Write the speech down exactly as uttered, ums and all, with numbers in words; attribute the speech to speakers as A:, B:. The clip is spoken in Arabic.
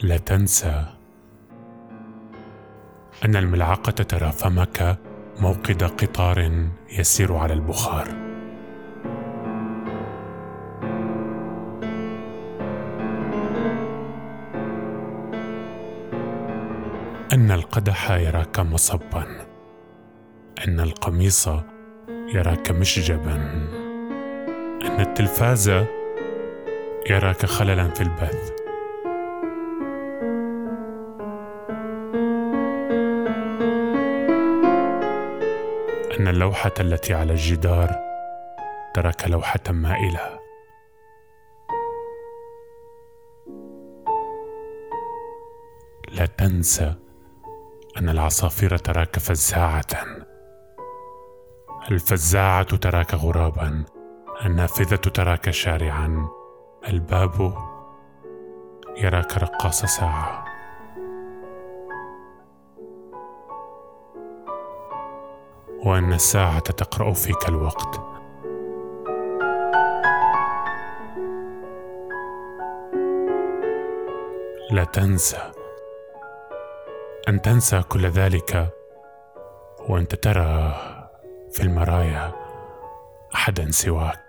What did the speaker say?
A: لا تنسى أن الملعقة ترى فمك موقد قطار يسير على البخار. أن القدح يراك مصبا، أن القميص يراك مشجبا، أن التلفاز يراك خللا في البث. أن اللوحة التي على الجدار تراك لوحة مائلة. لا تنسى أن العصافير تراك فزاعة، الفزاعة تراك غرابا، النافذة تراك شارعا، الباب يراك رقاص ساعة. وأن الساعة تقرأ فيك الوقت. لا تنسى أن تنسى كل ذلك وأنت ترى في المرايا أحدا سواك.